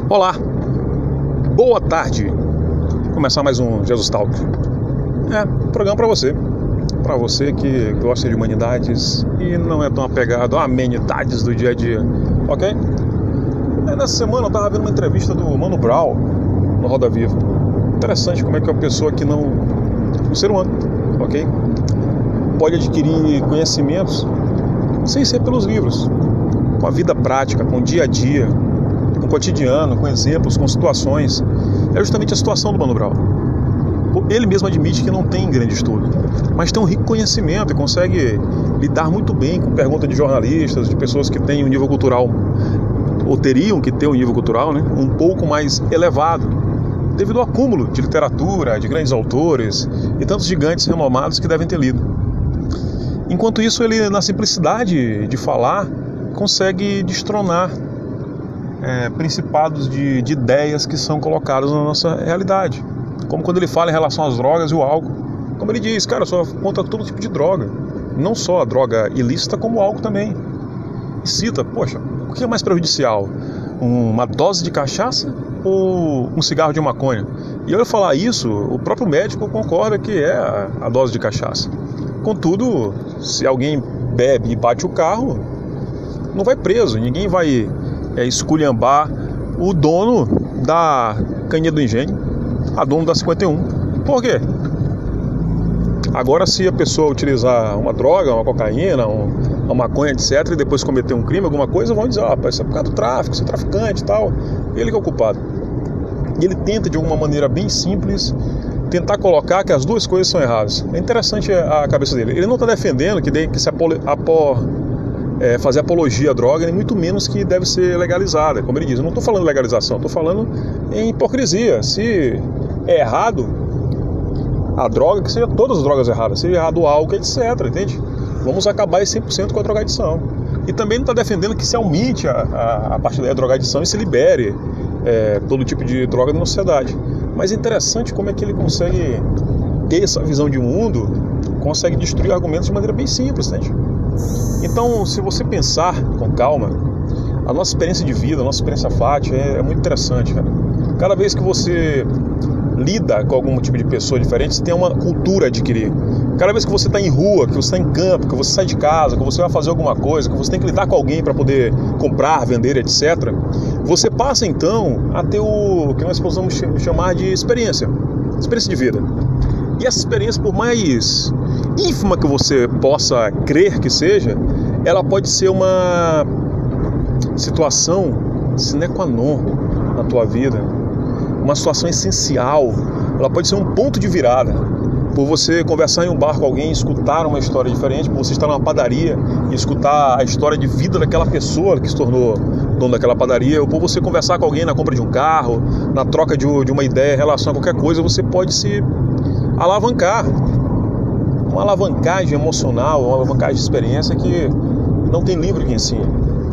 Olá, boa tarde. Vou começar mais um Jesus Talk. Programa para você que gosta de humanidades e não é tão apegado a amenidades do dia a dia, ok? Nessa semana eu estava vendo uma entrevista do Mano Brown no Roda Viva. Interessante como é que uma pessoa que não... um ser humano, ok? Pode adquirir conhecimentos sem ser pelos livros, com a vida prática, com o dia a dia, com o cotidiano, com exemplos, com situações. É justamente a situação do Mano Brown. Ele mesmo admite que não tem grande estudo, mas tem um rico conhecimento e consegue lidar muito bem com perguntas de jornalistas, de pessoas que têm um nível cultural, ou teriam que ter um nível cultural, né, um pouco mais elevado, devido ao acúmulo de literatura, de grandes autores e tantos gigantes renomados que devem ter lido. Enquanto isso, ele, na simplicidade de falar, consegue destronar principados de ideias que são colocadas na nossa realidade. Como quando ele fala em relação às drogas e o álcool. Como ele diz, cara, só contra todo tipo de droga. Não só a droga ilícita, como o álcool também. E cita, poxa, o que é mais prejudicial? Uma dose de cachaça ou um cigarro de maconha? E ao falar isso, o próprio médico concorda que é a dose de cachaça. Contudo, se alguém bebe e bate o carro, não vai preso. Ninguém vai esculhambar o dono da Caninha do Engenho, a dono da 51. Por quê? Agora, se a pessoa utilizar uma droga, uma cocaína, uma maconha, etc., e depois cometer um crime, alguma coisa, vão dizer, isso é por causa do tráfico, você é traficante e tal. Ele que é o culpado. E ele tenta, de alguma maneira bem simples, tentar colocar que as duas coisas são erradas. É interessante a cabeça dele. Ele não está defendendo que se fazer apologia à droga, nem muito menos que deve ser legalizada. Como ele diz, eu não estou falando legalização, estou falando em hipocrisia. Se é errado a droga, que seja todas as drogas erradas, seja errado o álcool, etc., entende? Vamos acabar 100% com a drogadição. E também não está defendendo que se aumente a parte da drogadição e se libere todo tipo de droga na sociedade. Mas é interessante como é que ele consegue ter essa visão de mundo, consegue destruir argumentos de maneira bem simples, entende? Então, se você pensar com calma, a nossa experiência de vida, a nossa experiência fática é muito interessante, cara. Cada vez que você lida com algum tipo de pessoa diferente, você tem uma cultura a adquirir. Cada vez que você está em rua, que você está em campo, que você sai de casa, que você vai fazer alguma coisa, que você tem que lidar com alguém para poder comprar, vender, etc., você passa então a ter o que nós possamos chamar de experiência de vida. E essa experiência, por mais ínfima que você possa crer que seja, ela pode ser uma situação sine qua non na tua vida, uma situação essencial. Ela pode ser um ponto de virada. Por você conversar em um bar com alguém, escutar uma história diferente, por você estar numa padaria e escutar a história de vida daquela pessoa que se tornou dono daquela padaria, ou por você conversar com alguém na compra de um carro, na troca de uma ideia em relação a qualquer coisa, você pode se alavancar. Uma alavancagem emocional, uma alavancagem de experiência que não tem livro que ensine.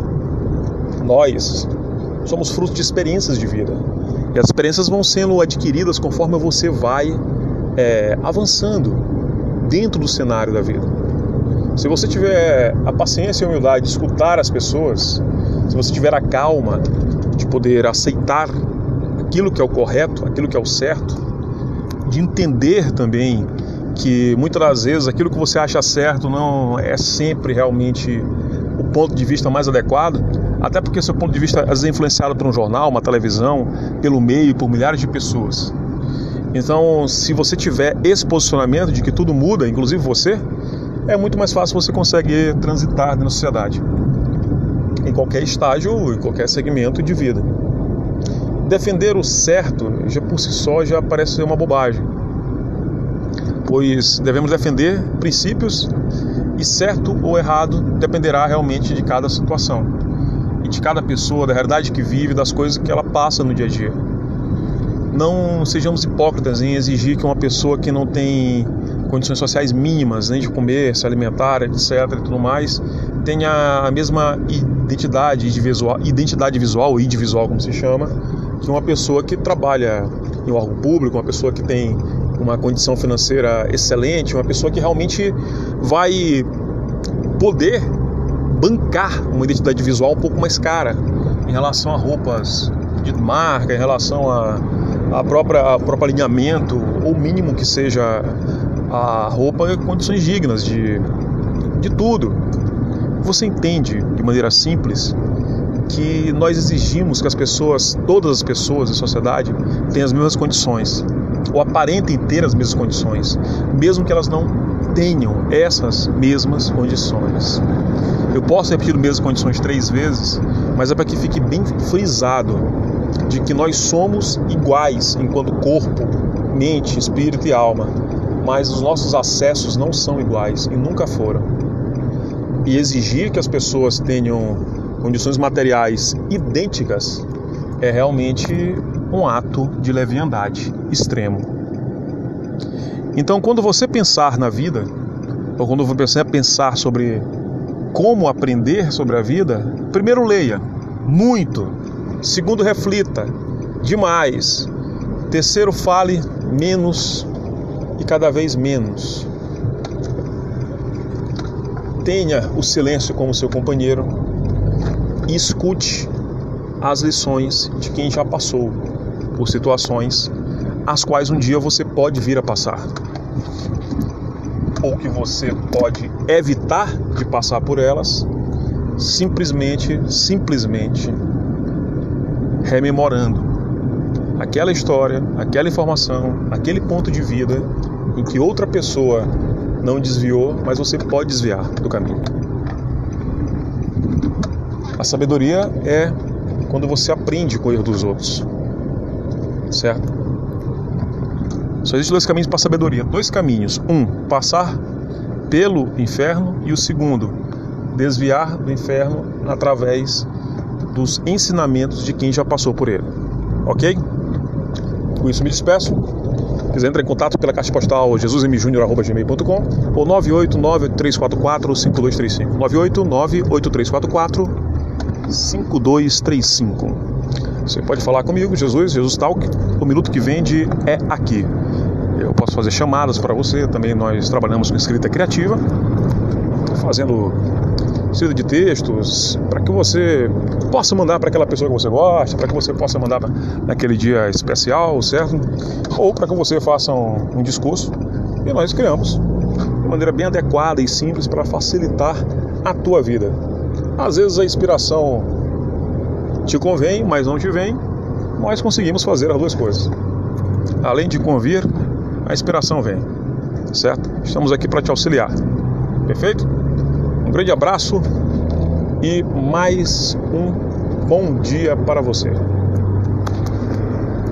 Nós somos fruto de experiências de vida. E as experiências vão sendo adquiridas conforme você vai avançando dentro do cenário da vida. Se você tiver a paciência e a humildade de escutar as pessoas, se você tiver a calma de poder aceitar aquilo que é o correto, aquilo que é o certo, de entender também que muitas das vezes aquilo que você acha certo não é sempre realmente o ponto de vista mais adequado, até porque seu ponto de vista às vezes é influenciado por um jornal, uma televisão, pelo meio, por milhares de pessoas. Então, se você tiver esse posicionamento de que tudo muda, inclusive você, é muito mais fácil você conseguir transitar na sociedade, em qualquer estágio, em qualquer segmento de vida. Defender o certo, já por si só, já parece ser uma bobagem, pois devemos defender princípios e certo ou errado dependerá realmente de cada situação e de cada pessoa, da realidade que vive, das coisas que ela passa no dia a dia. Não sejamos hipócritas em exigir que uma pessoa que não tem condições sociais mínimas, nem de comer, se alimentar, etc. e tudo mais, tenha a mesma identidade visual, ou idivisual, como se chama, que uma pessoa que trabalha em um órgão público, uma pessoa que tem uma condição financeira excelente, uma pessoa que realmente vai poder bancar uma identidade visual um pouco mais cara em relação a roupas de marca, em relação a próprio alinhamento, ou mínimo que seja a roupa, condições dignas de tudo. Você entende de maneira simples que nós exigimos que as pessoas, todas as pessoas da sociedade, tenham as mesmas condições, ou aparentem ter as mesmas condições, mesmo que elas não tenham essas mesmas condições. Eu posso repetir as mesmas condições 3 vezes, mas é para que fique bem frisado de que nós somos iguais enquanto corpo, mente, espírito e alma, mas os nossos acessos não são iguais e nunca foram. E exigir que as pessoas tenham condições materiais idênticas é realmente um ato de leviandade extremo. Então, quando você pensar na vida, ou quando você pensar sobre como aprender sobre a vida, primeiro leia muito, segundo reflita demais, terceiro fale menos e cada vez menos. Tenha o silêncio como seu companheiro e escute as lições de quem já passou por situações as quais um dia você pode vir a passar, ou que você pode evitar de passar por elas, simplesmente rememorando aquela história, aquela informação, aquele ponto de vida em que outra pessoa não desviou, mas você pode desviar do caminho. A sabedoria é quando você aprende com o erro dos outros, certo? Só existem 2 caminhos para a sabedoria, 2 caminhos. Um, passar pelo inferno, e o segundo, desviar do inferno através dos ensinamentos de quem já passou por ele. Ok? Com isso me despeço. Se quiser entrar em contato pela caixa postal jesusmjunior@gmail.com ou 98983445235. 98983445235. Você pode falar comigo, Jesus Talk. O minuto que vende é aqui. Eu posso fazer chamadas para você. Também nós trabalhamos com escrita criativa, fazendo escrita de textos, para que você possa mandar para aquela pessoa que você gosta, para que você possa mandar naquele dia especial, certo? Ou para que você faça um discurso. E nós criamos de maneira bem adequada e simples para facilitar a tua vida. Às vezes a inspiração te convém, mas não te vem. Nós conseguimos fazer as 2 coisas. Além de convir, a inspiração vem, certo? Estamos aqui para te auxiliar. Perfeito? Um grande abraço e mais um bom dia para você.